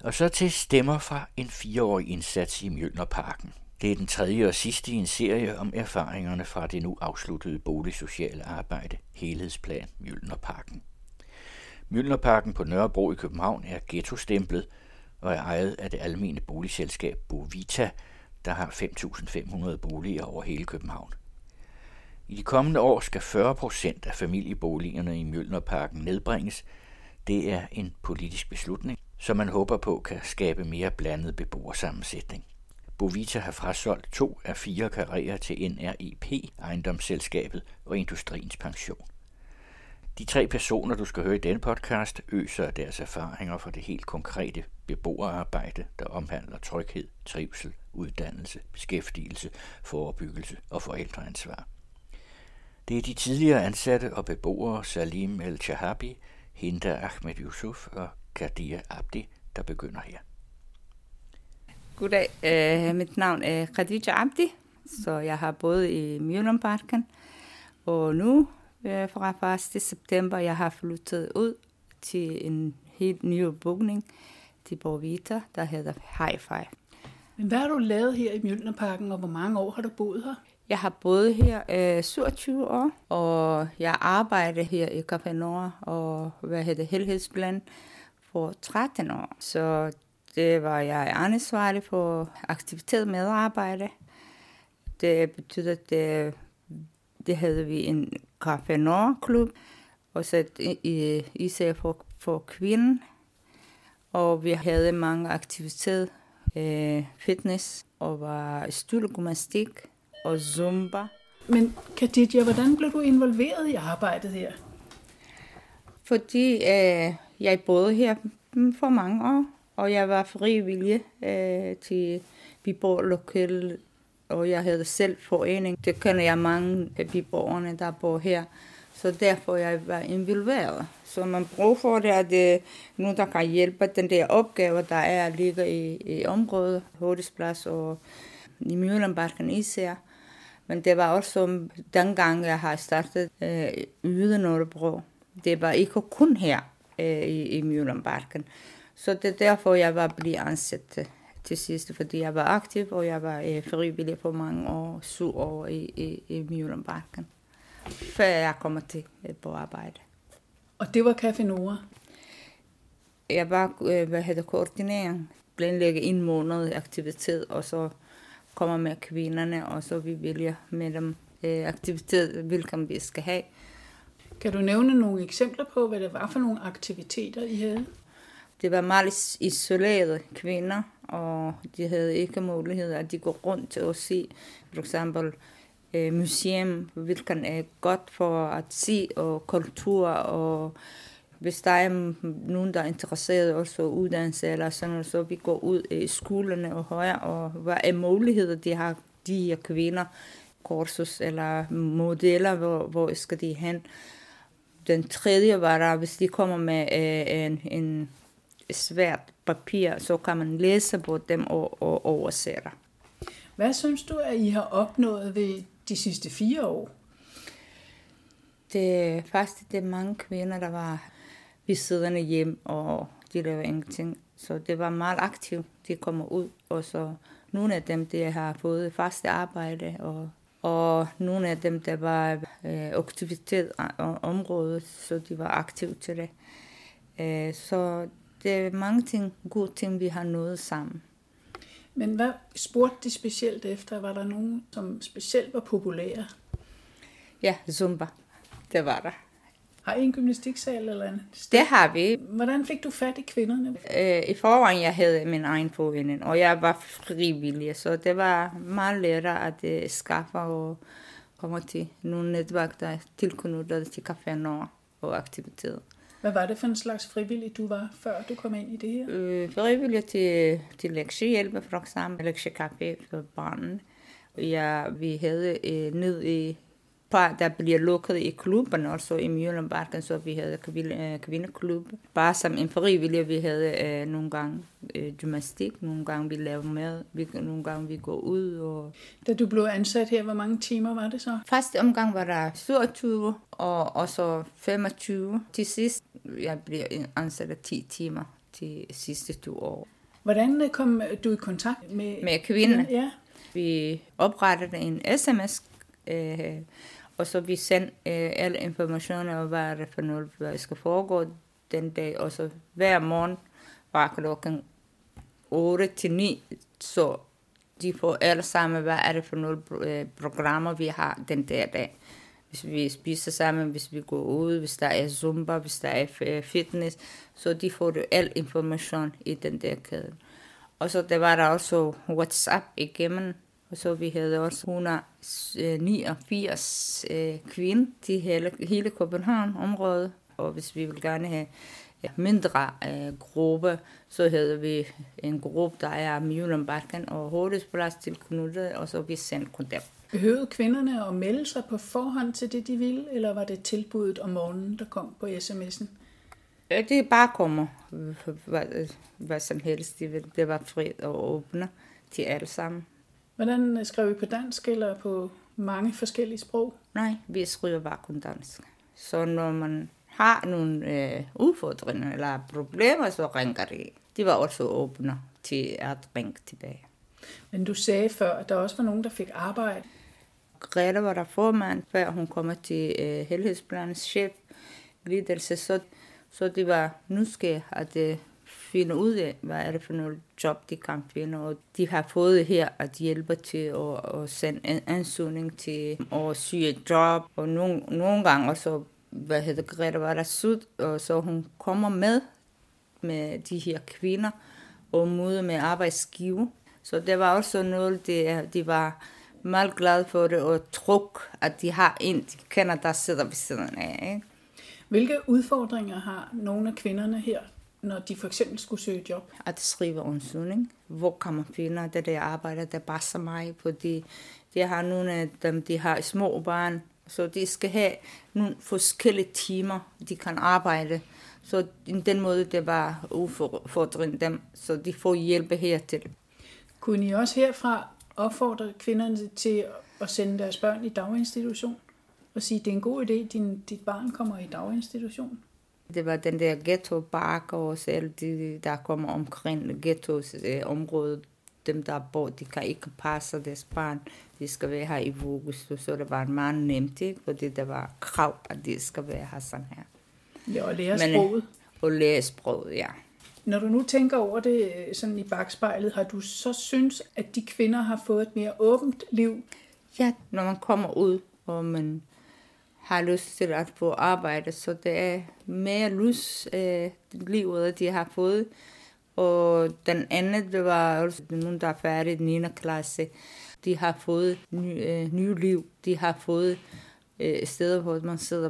Og så til stemmer fra en 4-årig indsats i Mjølnerparken. Det er den tredje og sidste i en serie om erfaringerne fra det nu afsluttede boligsociale arbejde, Helhedsplan Mjølnerparken. Mjølnerparken på Nørrebro i København er ghettostemplet og er ejet af det almene boligselskab Bovita, der har 5.500 boliger over hele København. I de kommende år skal 40% af familieboligerne i Mjølnerparken nedbringes. Det er en politisk beslutning, som man håber på kan skabe mere blandet beboersammensætning. Bovita har frasolgt 2 af 4 karrierer til NREP, ejendomsselskabet og Industriens Pension. De 3 personer, du skal høre i denne podcast, øser deres erfaringer fra det helt konkrete beboerarbejde, der omhandler tryghed, trivsel, uddannelse, beskæftigelse, forebyggelse og forældreansvar. Det er de tidligere ansatte og beboere Salim El-Chahabi, Hinda Ahmed Yusuf og Kadia Abdi, der begynder her. Goddag, mit navn er Khadija Abdi, så jeg har boet i Mjølnerparken, og nu fra 1. september jeg har flyttet ud til en helt ny bygning til Bovita, der hedder Hi-Fi. Men hvad har du lavet her i Mjølnerparken, og hvor mange år har du boet her? Jeg har boet her 27 år, og jeg arbejder her i Café Nord og helhedsplan for 13 år. Så det var jeg ansvarlig for aktivitet med arbejde. Det betyder, at det havde vi en Café Nord-klub, og så især for kvinder. Og vi havde mange aktiviteter, fitness og var styrkegymnastik og zumba. Men Khadija, hvordan blev du involveret i arbejdet her? Fordi jeg boede her for mange år, og jeg var frivillig til beboerlokale, og jeg havde selv forening. Det kender jeg mange af beboerne, der bor her, så derfor jeg var involveret. Så man bruger for det, at det er nogen, der kan hjælpe den der opgave, der ligger i området, Hovedplads og i Mjølnerparken især. Men det var også dengang, jeg har startet Yde Nørrebro. Det var ikke kun her i Mjølnerparken. Så det er derfor, jeg var blevet ansat til sidst, fordi jeg var aktiv, og jeg var frivillig for mange år, 7 år i Mjølnerparken, før jeg kommer til på arbejde. Og det var Café Nord? Jeg var koordinering, planlægge en måned aktivitet, og så kommer med kvinderne, og så vi vælger med dem aktivitet, hvilken vi skal have. Kan du nævne nogle eksempler på, hvad det var for nogle aktiviteter, I havde? Det var meget isolerede kvinder, og de havde ikke mulighed at de går rundt til at se, for eksempel museum, hvilken er godt for at se, og kultur, og hvis der er nogen, der er interesseret også uddannelse eller sådan, så vi går ud i skolerne og højere, og hvad er muligheder, de har, de her kvinder, kursus eller modeller, hvor skal de hen. Den tredje var der, hvis de kommer med en svært papir, så kan man læse på dem og oversætte. Hvad synes du, at I har opnået ved de sidste 4 år? Det er mange kvinder, der var ved siddende hjem, og de lavede ingenting. Så det var meget aktivt. De kommer ud, og så nogle af dem, der har fået faste arbejde, og nogle af dem, der var aktivitet området, så de var aktive til det. Så det er mange ting, gode ting, vi har nået sammen. Men hvad spurgte de specielt efter? Var der nogen, som specielt var populære? Ja, zumba. Det var der. Har I en gymnastiksal eller en sted? Det har vi. Hvordan fik du fat i kvinderne? I forvejen jeg havde min egen forening, og jeg var frivillig, så det var meget lettere at skaffe og komme til nogle netværk, der tilknyttet til Café Nord og aktiviteter. Hvad var det for en slags frivillig, du var, før du kom ind i det her? Frivillig til lektiehjælp, for eksempel lektiecafé for børnene. Ja, vi havde ned i der bliver lukket i klubberne, også i Mjølnerparken, så vi havde kvindeklub. Bare som en frivillig, vi havde nogle gange gymnastik, nogle gange vi lavede mad, nogle gange vi går ud. Og da du blev ansat her, hvor mange timer var det så? Første omgang var der 27, og så 25. Til sidst, jeg blev ansat 10 timer. de sidste 2 år. Hvordan kom du i kontakt Med kvinder? Ja. Vi oprettede en sms, og så vi sendte alle informationer om, hvad er det for noget, hvad skal foregå den dag. Og så hver morgen var klokken 8 til 9, så de får alle sammen, hvad er det for nogle programmer, vi har den der dag. Hvis vi spiser sammen, hvis vi går ud, hvis der er zumba, hvis der er fitness, så de får det al information i den der kæde. Og så der var der også WhatsApp igennem, og så vi havde også 189 kvinder til hele København-området. Og hvis vi ville gerne have mindre gruppe, så havde vi en gruppe, der er Mjølnerparken og Rådhusplads til Knude, og så vi sendte kun dem. Behøvede kvinderne at melde sig på forhånd til det, de ville, eller var det tilbuddet om morgenen, der kom på sms'en? Det bare kommer, hvad som helst. Det var frit og åbne til alle sammen. Hvordan skrev I på dansk eller på mange forskellige sprog? Nej, vi skriver bare kun dansk. Så når man har nogle udfordringer eller problemer, så ringer de. De var også åbne til at ringe tilbage. Men du sagde før, at der også var nogen, der fik arbejde. Grete var der formand, før hun kom til helhedsplanens chef, ledelse, så det var nysgerrigt at finde ud af, hvad er det for noget job, de kan finde. Og de har fået her at hjælpe til at sende en ansøgning til at syge et job. Og nogle gange også, Grete var der sød, og så hun kommer med de her kvinder og møder med arbejdsgiver. Så det var også noget, de var meget glade for det, og truk, at de har en, de kender, der sidder ved siden af. Ikke? Hvilke udfordringer har nogle af kvinderne her, når de for eksempel skulle søge job? At skrive ansøgning. Hvor kan man finde det der arbejde, der passer mig? Fordi de har nogle af dem, de har små børn, så de skal have nogle forskellige timer, de kan arbejde. Så den måde, det var udfordring dem, så de får hjælp hertil. Kunne I også herfra opfordre kvinderne til at sende deres børn i daginstitution? Og sige, det er en god idé, dit barn kommer i daginstitution? Det var den der ghetto-park og alle de, der kommer omkring ghetto-området. Dem, der bor, de kan ikke passe deres barn. De skal være her i vuggestue, så det var meget nemt, ikke? Fordi der var krav, at de skal være her sådan her. Ja, og lære sproget. Og lære sproget, ja. Når du nu tænker over det sådan i bagspejlet, har du så synes, at de kvinder har fået et mere åbent liv? Ja, når man kommer ud, og man har lyst til at få arbejde, så det er mere lys livet, de har fået. Og den anden, det var også nogen, der er færdige i 9. klasse. De har fået nye liv. De har fået steder, hvor man sidder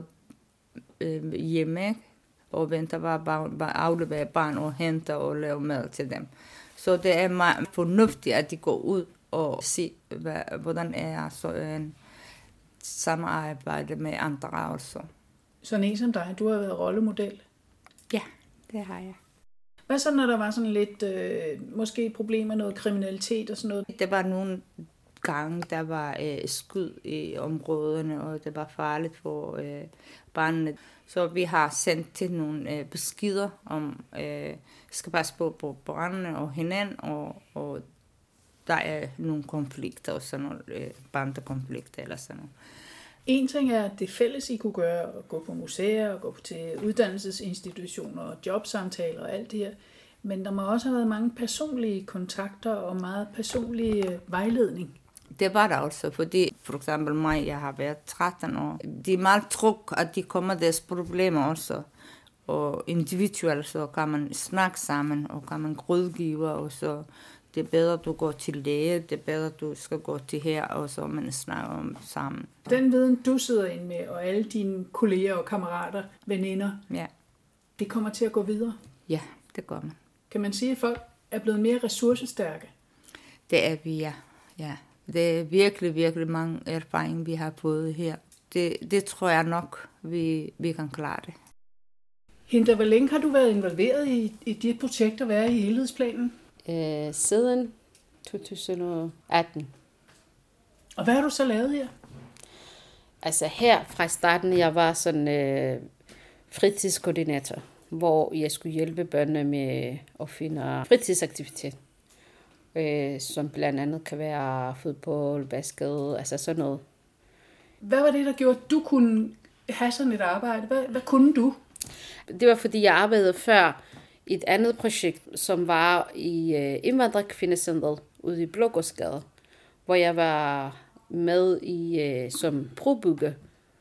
hjemme og venter bare aflevere barn og henter og lave mad til dem. Så det er meget fornuftigt, at de går ud og ser, hvordan er så en samarbejde med andre også. Sådan en som dig, du har været rollemodel? Ja, det har jeg. Hvad så, når der var sådan lidt, måske problemer med noget kriminalitet og sådan noget? Det var nogle gange, der var skud i områderne, og det var farligt for barnene. Så vi har sendt til nogle beskeder om, skal passe på børnene og hinanden, og der er nogle konflikter, og sådan nogle bandekonflikter eller sådan noget. En ting er, at det fælles, I kunne gøre, at gå på museer, og gå til uddannelsesinstitutioner og jobsamtaler og alt det her. Men der må også have været mange personlige kontakter og meget personlig vejledning. Det var der også, fordi for eksempel mig, jeg har været 13 år. Det er meget trygt, at de kommer deres problemer også. Og individuelt, så kan man snakke sammen, og kan man rådgive, og så det er bedre, du går til læge, det er bedre, du skal gå til her, og så man snakker om sammen. Den viden, du sidder inde med, og alle dine kolleger og kammerater, veninder, ja. Det kommer til at gå videre? Ja, det gør man. Kan man sige, at folk er blevet mere ressourcestærke? Det er vi, ja. Det er virkelig, virkelig mange erfaringer, vi har fået her. Det tror jeg nok, vi kan klare det. Hinda, hvor længe har du været involveret i dit projekt at være i helhedsplanen? Siden 2018. Og hvad har du så lavet her? Altså her fra starten, jeg var sådan fritidskoordinator hvor jeg skulle hjælpe børnene med at finde fritidsaktivitet, som blandt andet kan være fodbold, basket, altså sådan noget. Hvad var det, der gjorde, at du kunne have sådan et arbejde? Hvad kunne du? Det var, fordi jeg arbejdede før i et andet projekt, som var i Indvandrerkvindecentret ude i Blågårdsgade, hvor jeg var med i som brobygge.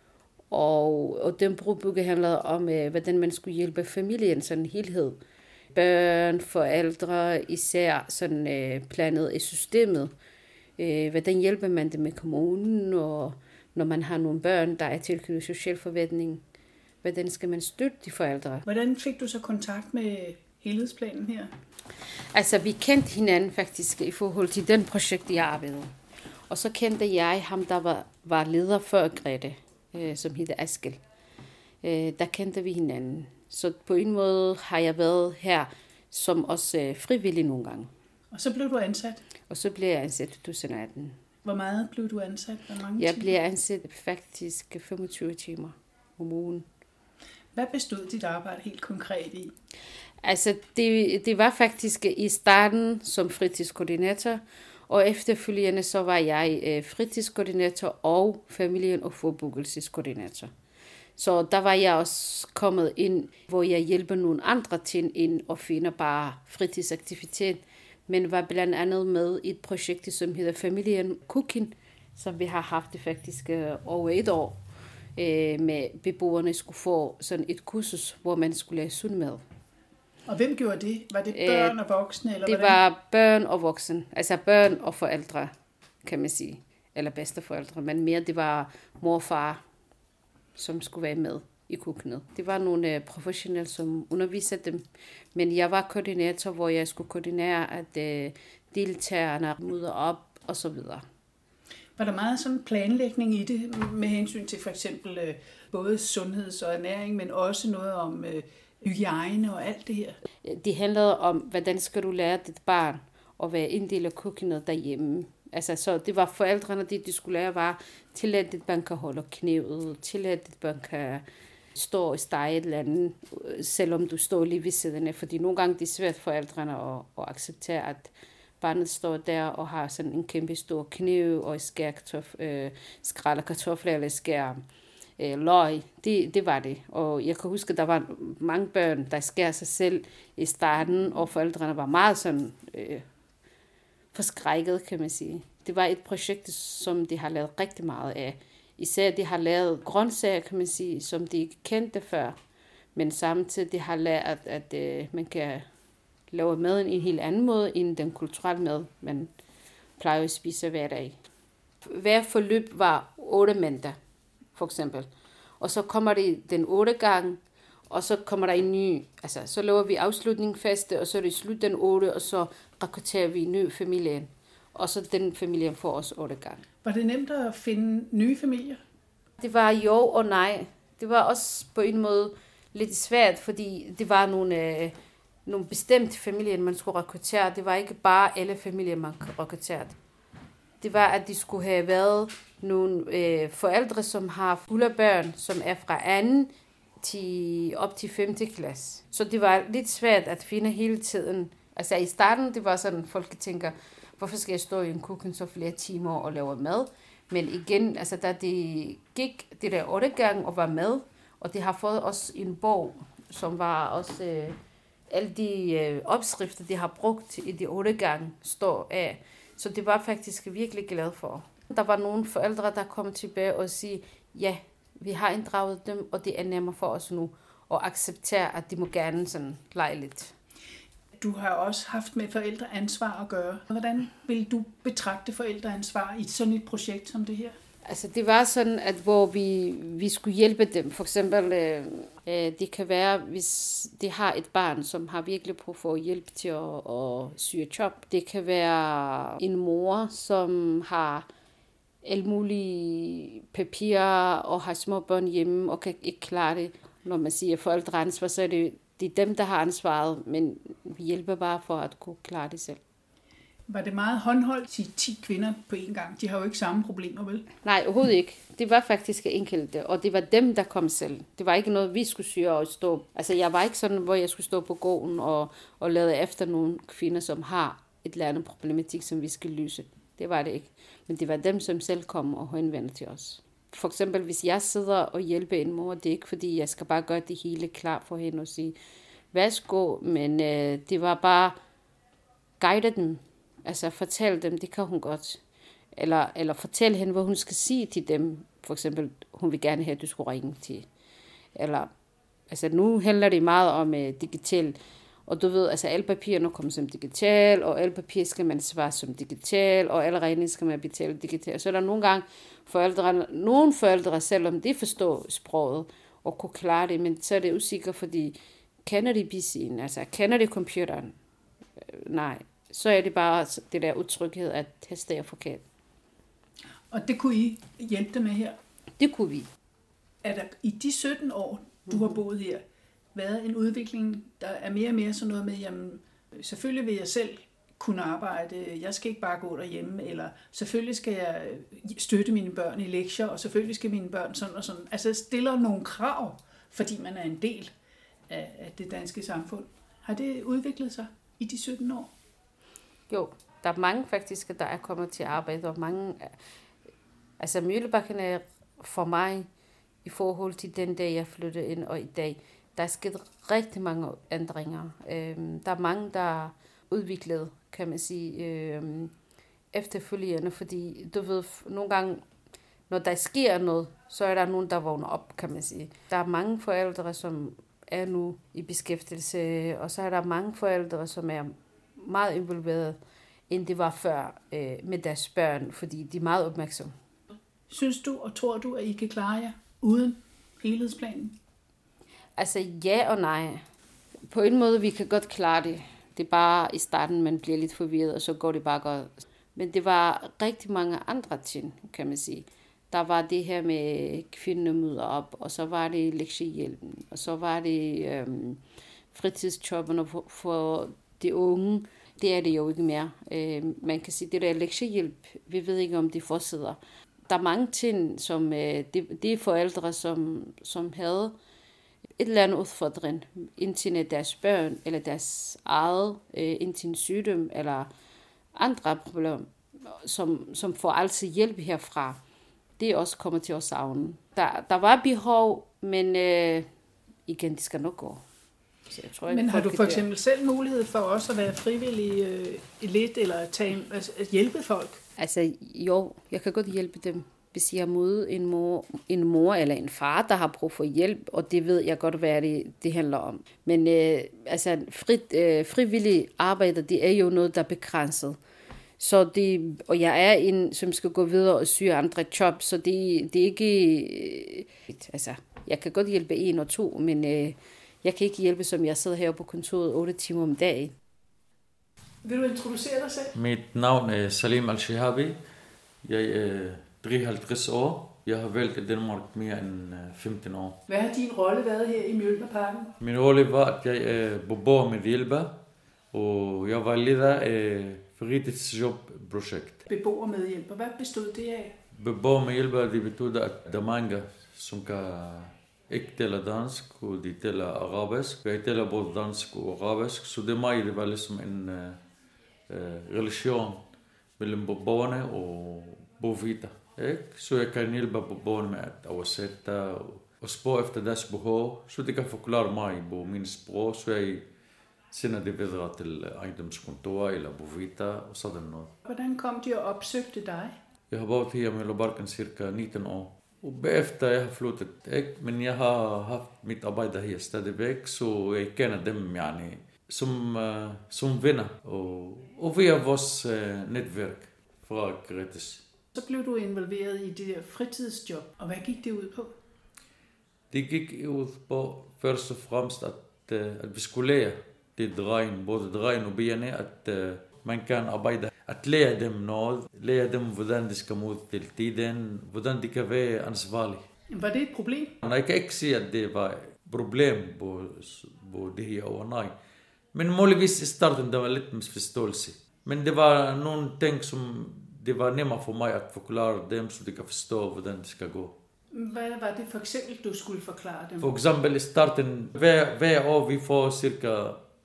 Og den brobygge handlede om, hvordan man skulle hjælpe familien sådan en helhed. Børn, forældre, især sådan planet i systemet. Hvordan hjælper man det med kommunen, og når man har nogle børn, der er tilknyttet social forvaltning, hvordan skal man støtte de forældre? Hvordan fik du så kontakt med helhedsplanen her? Altså, vi kendte hinanden faktisk i forhold til den projekt, jeg arbejdede. Og så kendte jeg ham, der var leder før Grete, som hedder Askel. Der kendte vi hinanden. Så på en måde har jeg været her som også frivillig nogle gange. Og så blev du ansat? Og så blev jeg ansat i 2018. Hvor meget blev du ansat? Hvor mange jeg timer? blev ansat faktisk 25 timer om ugen. Hvad bestod dit arbejde helt konkret i? Altså, det var faktisk i starten som fritidskoordinator, og efterfølgende så var jeg fritidskoordinator og familien- og forebyggelsskoordinator. Så der var jeg også kommet ind, hvor jeg hjælper nogle andre til ind og finder bare fritidsaktivitet, men var blandt andet med i et projekt, som hedder Familien Cooking, som vi har haft det faktisk over 1 år, med beboerne skulle få sådan et kursus, hvor man skulle lave sund mad. Og hvem gjorde det? Var det børn og voksne? Eller det hvordan? var børn og voksne, altså børn og forældre, kan man sige, eller bedsteforældre, men mere det var mor og far, som skulle være med i køkkenet. Det var nogle professionelle, som underviste dem, men jeg var koordinator, hvor jeg skulle koordinere, at deltagerne møder op og så videre. Var der meget sådan planlægning i det, med hensyn til for eksempel både sundheds- og ernæring, men også noget om hygiejne og alt det her? Det handlede om, hvordan skal du lære dit barn at være en del af køkkenet derhjemme. Altså, så det var forældrene, det de skulle lære var, til at dit barn kan holde knæet, til at dit barn kan stå og stege et eller andet, selvom du står lige ved siden af. Fordi nogle gange det er svært for forældrene at acceptere, at barnet står der og har sådan en kæmpe stor kniv og skræller kartofler eller skærer løg. Det var det. Og jeg kan huske, at der var mange børn, der skærer sig selv i starten, og forældrene var meget sådan forskrækket, kan man sige. Det var et projekt, som de har lavet rigtig meget af. Især de har lavet grøntsager, kan man sige, som de ikke kendte før. Men samtidig de har lært, at man kan lave maden i en helt anden måde, end den kulturelle mad, man plejer at spise hver dag. Hver forløb var 8 mandag, for eksempel. Og så kommer det den 8 gang, og så kommer der en ny, altså så laver vi afslutningsfeste, og så er det slut den 8, og så rekrutterer vi en ny familie. Og så den familie får os 8 gange. Var det nemt at finde nye familier? Det var jo og nej. Det var også på en måde lidt svært, fordi det var nogle bestemte familier, man skulle rekruttere. Det var ikke bare alle familier, man rekrutterede. Det var, at de skulle have været nogle forældre, som har fulde børn, som er fra 2. til op til 5. klasse. Så det var lidt svært at finde hele tiden. Altså i starten, det var sådan, folk tænker, hvorfor skal jeg stå i en køkken så flere timer og lave mad? Men igen, altså da de gik det der 8 gange og var med, og de har fået også en bog, som var også alle de opskrifter, de har brugt i de 8 gange, står af. Så det var faktisk virkelig glad for. Der var nogle forældre, der kom tilbage og sige, ja, vi har inddraget dem, og det er nemmere for os nu at acceptere, at de må gerne sådan lege lidt. Du har også haft med forældreansvar at gøre. Hvordan vil du betragte forældreansvar i sådan et projekt som det her? Altså det var sådan, at hvor vi skulle hjælpe dem. For eksempel, det kan være, hvis de har et barn, som har virkelig brug for hjælp til at sy et job. Det kan være en mor, som har alle mulige papirer og har små børn hjemme og kan ikke klare det. Når man siger forældreansvar, så er det er dem, der har ansvaret, men vi hjælper bare for at kunne klare det selv. Var det meget håndholdt, 10 kvinder på én gang? De har jo ikke samme problemer, vel? Nej, overhovedet ikke. Det var faktisk enkelte, og det var dem, der kom selv. Det var ikke noget, vi skulle syge og stå. Altså, jeg var ikke sådan, hvor jeg skulle stå på gården og lade efter nogle kvinder, som har et eller andet problematik, som vi skal løse. Det var det ikke. Men det var dem, som selv kom og henvendte til os. For eksempel, hvis jeg sidder og hjælper en mor, det er ikke fordi, jeg skal bare gøre det hele klar for hende og sige, værsgo, men det var bare guide dem. Altså fortælle dem, det kan hun godt. Eller fortælle hende, hvad hun skal sige til dem. For eksempel, hun vil gerne have, at du skulle ringe til. Eller, altså nu handler det meget om digital. Og du ved, altså alle papirer nu kommer som digital, og alle papirer skal man svare som digital, og alle regninger skal man betale digital. Så er der nogle gange nogle forældre, selvom de forstår sproget og kunne klare det, men så er det usikkert, fordi kender de BC'en, altså kender de computeren? Nej. Så er det bare det der utryghed, at teste er forkert. Og det kunne I hjælpe dem med her? Det kunne vi. Er der i de 17 år, du har boet her, været en udvikling, der er mere og mere sådan noget med, jamen, selvfølgelig vil jeg selv kunne arbejde, jeg skal ikke bare gå derhjemme, eller selvfølgelig skal jeg støtte mine børn i lektier, og selvfølgelig skal mine børn sådan og sådan. Altså stiller nogle krav, fordi man er en del af det danske samfund. Har det udviklet sig i de 17 år? Jo, der er mange faktisk, der er kommet til at arbejde, og mange, altså Mjølnebakken er for mig, i forhold til den dag, jeg flyttede ind, og i dag, der er sket rigtig mange ændringer. Der er mange, der er udviklet, kan man sige, efterfølgende, fordi du ved, nogle gange, når der sker noget, så er der nogen, der vågner op, kan man sige. Der er mange forældre, som er nu i beskæftigelse, og så er der mange forældre, som er meget involveret, end det var før med deres børn, fordi de er meget opmærksomme. Synes du og tror du, at I kan klare jer uden helhedsplanen? Altså ja og nej. På en måde, vi kan godt klare det. Det er bare i starten, man bliver lidt forvirret, og så går det bare godt. Men det var rigtig mange andre ting, kan man sige. Der var det her med kvinder møder op, og så var det lektiehjælpen, og så var det fritidsjobberne for de unge. Det er det jo ikke mere. Man kan sige, det der lektiehjælp, vi ved ikke, om det fortsætter. Der er mange ting, som de forældre, som havde et eller andet udfordring, indtil deres børn, eller deres eget, indtil en sygdom, eller andre problemer, som får altid hjælp herfra. Det også kommer til at savne. Der var behov, men igen, det skal nok gå. Så jeg tror ikke, men har du for eksempel selv mulighed for også at være frivillig lidt, eller at hjælpe folk? Altså jo, jeg kan godt hjælpe dem. Hvis jeg møder en mor eller en far, der har brug for hjælp, og det ved jeg godt, hvad det handler om. Men altså frivillig arbejde, det er jo noget, der er begrænset. Så og jeg er en, som skal gå videre og syge andre job, så det er ikke... Altså, jeg kan godt hjælpe 1 og 2, men jeg kan ikke hjælpe, som jeg sidder her på kontoret 8 timer om dagen. Vil du introducere dig selv? Mit navn er Salim Al-Shihabi. Jeg er 53 år. Jeg har valgt i Danmark mere end 15 år. Hvad har din rolle været her i Mjølnerparken? Min rolle var, at jeg er beboermedhjælper, og jeg var leder af fritidsjobprojekt. Beboermedhjælper, hvad bestod det af? Beboermedhjælper, det betyder, at der er mange, som kan ikke tale dansk, og de taler arabisk. Jeg taler både dansk og arabisk, så det var ligesom en relation mellem beboerne og bovita. Så jeg kan hjælpe beboerne med at oversætte og spørge efter deres behov, så de kan forklare mig på min sprog, så jeg sender det videre til ejendomskontor eller bovita og sådan noget. Hvordan kom de og opsøgte dig? Jeg har boet her i Mjølnerparken cirka 19 år. Og bagefter jeg har flyttet, men jeg har haft mit arbejde her stadigvæk, så jeg kender dem som venner. Og vi har vores netværk fra Gretes. Så blev du involveret i det der fritidsjob, og hvad gik det ud på? Det gik ud på først og fremmest, at vi skulle lære både drenge og pigerne, at man kan arbejde. At lære dem noget, lære dem, hvordan de skal møde til tiden, hvordan de kan være ansvarlige. Var det et problem? Jeg kan ikke sige, at det var et problem på det her år, nej. Men muligvis i starten, der var lidt misforståelse. Men det var nogle ting, som det var nemmere for mig at forklare dem, så de kan forstå, hvordan det skal gå. Hvad var det for eksempel, du skulle forklare dem? For eksempel i starten, hver år vi får cirka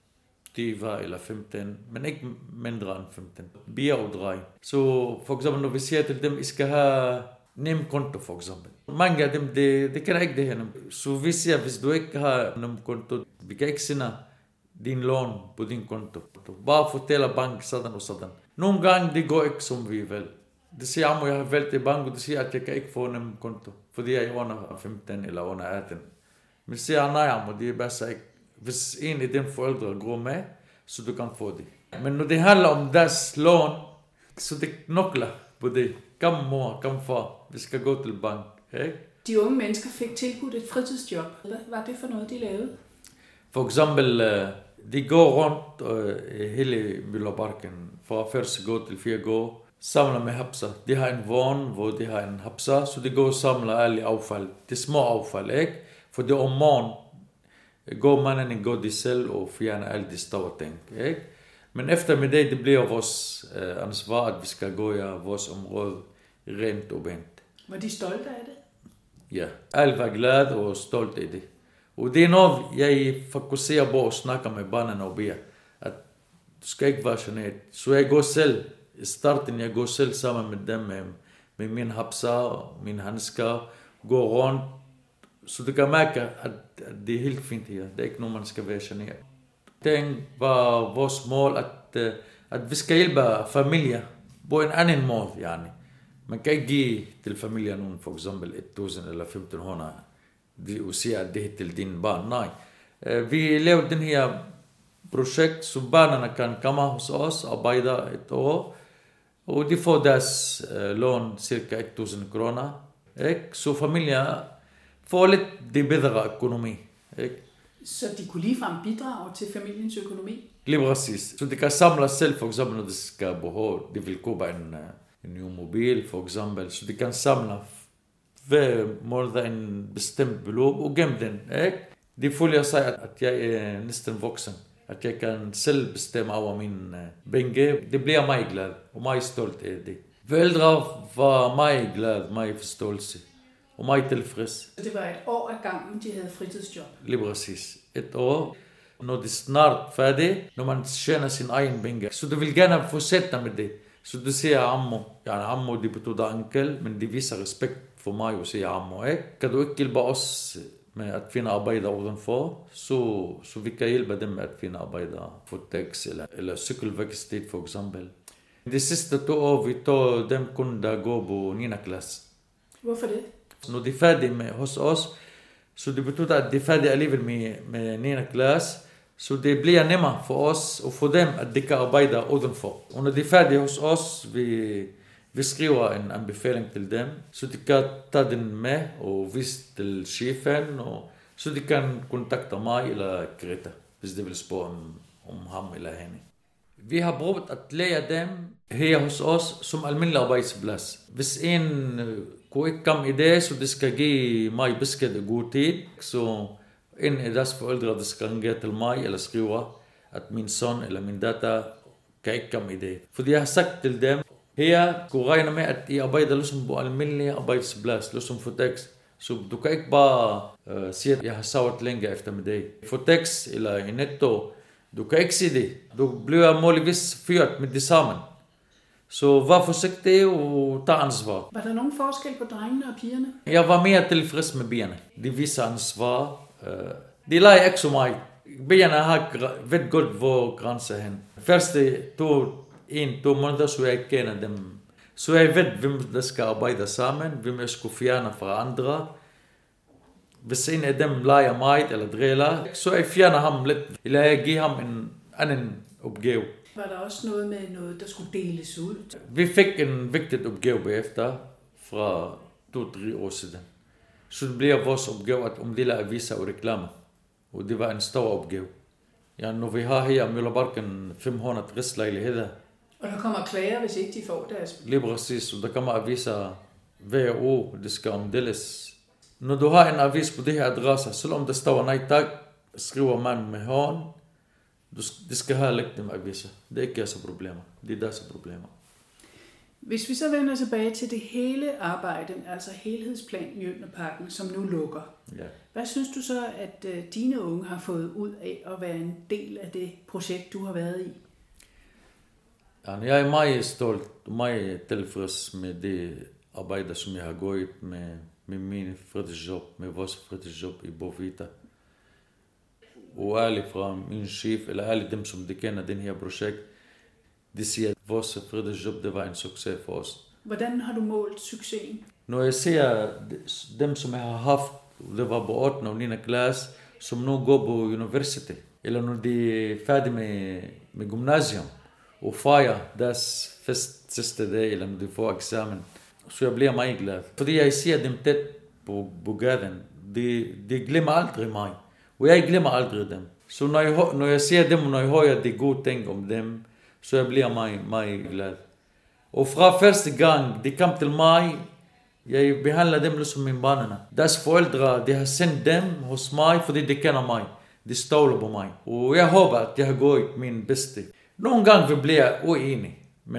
20 eller 15, men ikke mindre end 15. Bier og dreng. Så for eksempel, når vi siger til dem, I skal have nem konto for eksempel. Mange af dem, det kan ikke det her. Så vi siger, hvis du ikke har nem konto, vi kan ikke sende din lån på din konto. Bare fortæller bank sådan og sådan. Nogle gange det går ikke som vi vil. Det siger, at jeg har valgt i bank, og det siger, at jeg kan ikke få nem konto, fordi jeg er under 15 eller under 18. Men det siger, nej, det er bare ikke. Hvis en af dine forældre går med, så du kan få det. Men når det handler om deres lån, så det knokler på det. Kom mor, kom far, vi skal gå til bank. Ikke? De unge mennesker fik tilbudt et fritidsjob. Hvad var det for noget, de lavede? For eksempel, de går rundt hele Møllerparken, fra første gå til 4 gå, samler med hapser. De har en vogn, hvor de har en hapser, så de går og samler alle affald. Det små affald, ikke? For det om morgen går manden går de selv og fjerner alle de store ting, ikke? Men eftermiddag, det bliver vores ansvar, at vi skal gå i vores område rent og bent. Var de stolte af det? Ja, alle var glade og stolte af det. Og det er noget, jeg fokuserer på at snakke med børnene og bier. At du skal ikke være generet. Så jeg går selv. I starten, jeg går selv sammen med dem, med min hapser, min handsker, går rundt. Så du kan mærke, at det er helt fint her. Det er ikke noget, man skal være generet. Det var vores mål, at vi skal hjælpe familier på en anden måde. Yani. Man kan ikke give til familier nogen, for eksempel 1.000 eller 1.500. Og sige, at det er til dine børn. Nej. Vi lavede den her projekt, så børnene kan komme hos os og arbejde et år. Og de får deres lån cirka 1.000 kroner. Ikke? Så familier får lidt det bedre økonomi. Ikke? Så de kunne ligefrem bidrage til familiens økonomi? Lige præcis. Så de kan samle selv, for eksempel, når de skal behove. De vil købe en ny mobil, for eksempel. Så de kan samle hver måned en bestemt beløb og gemme den. Ikke? De føler sig, at jeg er næsten voksen. At jeg kan selv bestemme over mine penge. Det bliver mig glad og mig stolt af det. Forældre var mig glad, mig forståelse og mig tilfreds. Det var et år ad gangen, de havde fritidsjob? Lige præcis. Et år. Når det er snart færdigt, når man tjener sin egen penge. Så du vil gerne fortsætte med det. Så du siger ammo. Ja, ammo, det betyder ankel, men det viser respekt for mig at sige ammo. Ikke? Kan du ikke hjælpe os med at finde arbejder udenfor, så vi kan hjælpe dem med at finde arbejder for Tex eller cykelværksted for eksempel. De sidste 2 år, vi tog dem kun, der går på 9. klasse. Hvorfor det? Når de er færdige hos os, så det betyder, at de er færdige alligevel med 9. klasse, så det bliver nemmere for os og for dem, at de kan arbejde udenfor. Og når de er færdige hos os, vi skriver en anbefaling til dem, så de kan tage den med og vise til chefen, og så de kan kontakte mig eller Greta, hvis de vil spørge om ham eller hende. Vi har prøvet at lære dem her hos os som almindelig arbejdsplads. Hvis en kunne ikke komme i det, så de skal give mig besked i god tid, så en af deres forældre, der skal ringe til mig eller skrive, at min søn eller min datter kan ikke komme i det. Fordi jeg har sagt til dem, her kunne regne med, at I arbejder ligesom på almindelig arbejdsplads, ligesom for Tex. Så du kan ikke bare sige, at jeg har sovet længe eftermiddag. For Tex eller i Netto, du kan ikke sige det. Du bliver muligvis fyret med det sammen. Så vær forsigtig og tag ansvar. Var der nogen forskel på drengene og pigerne? Jeg var mere tilfreds med pigerne. De viser ansvar. De leger ikke så meget. Pigerne ved godt, hvor grænser er hen. Første 2 måneder, så jeg kender dem. Så jeg ved, hvem der skal arbejde sammen, hvem jeg skal fjerne fra andre. Hvis en af dem leger meget eller driller, så jeg fjerner ham lidt, eller jeg giver ham en anden opgave. Var der også noget med noget, der skulle deles ud? Vi fik en vigtig opgave bagefter fra 2-3 år siden. Så det bliver vores opgave at omdele aviser og reklamer. Og det var en stor opgave. Ja, når vi har her i Møllerparken 560 lejligheder. Og der kommer klager, hvis ikke de får deres... Lige præcis, og der kommer aviser hver år, det skal omdeles. Når du har en avis på de her adresser, selvom der står nej tak, skriver man med hånd, Det skal have lægt dem aviser. Det er ikke så problemer. Det er deres problemer. Hvis vi så vender tilbage til det hele arbejde, altså helhedsplan Mjølnerparken, som nu lukker. Ja. Hvad synes du så, at dine unge har fået ud af at være en del af det projekt, du har været i? Jeg er meget stolt og meget tilfreds med det arbejde, som jeg har gået med mine fritidsjob, med vores fritidsjob i Bovita. Og alle fra min chef, eller alle dem, som de kender den her projekt, de siger, at vores fritidsjob, det var en succes for os. Hvordan har du målt succesen? Når jeg ser dem, som jeg har haft, det var på 8. og 9. klasse, som nu går på universitet, eller når de er færdige med gymnasium, og fejrer deres fest sidste dag, eller når de får eksamen, så jeg bliver meget glad. Fordi jeg ser dem tæt på gaden, de glemmer aldrig mig, og jeg glemmer aldrig dem. Så når jeg ser dem, og når jeg hører de gode ting om dem, så jeg bliver meget, meget glad. Og fra første gang, de kom til mig, jeg behandler dem ligesom mine børnene. Deres forældre, de har sendt dem hos mig, fordi de kender mig. De stoler på mig. Og jeg håber, at jeg har gået min bedste. Nogle gange vi bliver uenige,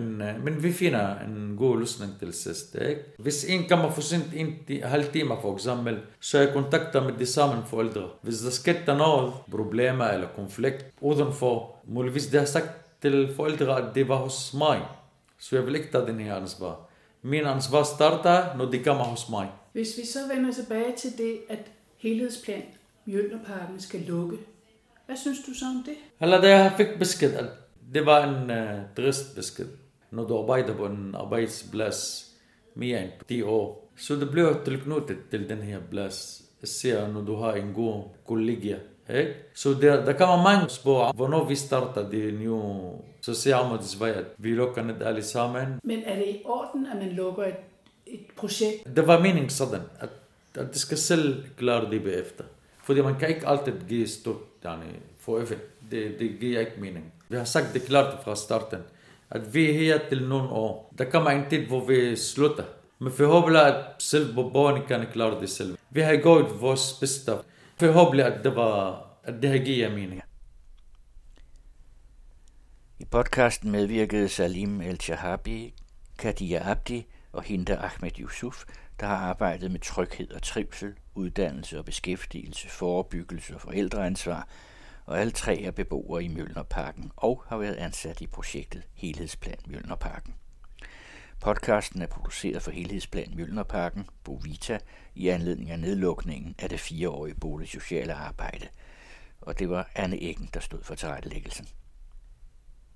men vi finder en god løsning til sidst. Ikke? Hvis en kommer for sent en halv time for eksempel, så jeg kontakter med de samme forældre. Hvis der sker noget, problemer eller konflikt udenfor, muligvis de har sagt til forældre, at det var hos mig. Så jeg vil ikke tage den her ansvar. Min ansvar starter, når de kommer hos mig. Hvis vi så vender tilbage til det, at helhedsplan Mjølnerparken skal lukke, hvad synes du så om det? Eller da jeg fik besked, at det var en trist besked. Når du arbejder på en arbejdsplads mere end 10 år, så det bliver tilknyttet til den her plads. Især når du har en god kollega. Ikke? Så der kommer mange spørge, hvornår vi starter det nye. Så siger man desværre, at vi lukker ned alle sammen. Men er det i orden, at man lukker et projekt? Det var meningen sådan, at det skal selv klare det bagefter. Fordi man kan ikke altid give stort for evigt. Det giver ikke mening. Vi har sagt det klart fra starten, at vi er her til nogle år. Der kommer en tid, hvor vi slutter. Men forhåbentlig, at selv borgerne kan klare det selv. Vi har gået vores bedste. Forhåbentlig, at det har givet mening. I podcasten medvirkede Salim El-Shahabi, Kadia Abdi og Hinda Ahmed Yusuf, der har arbejdet med tryghed og trivsel, uddannelse og beskæftigelse, forebyggelse og forældreansvar, og alle 3 er beboere i Mjølnerparken og har været ansat i projektet Helhedsplan Mjølnerparken. Podcasten er produceret for Helhedsplan Mjølnerparken, Bovita, i anledning af nedlukningen af det 4-årige boligsociale arbejde, og det var Anne Eggen, der stod for tilrettelæggelsen.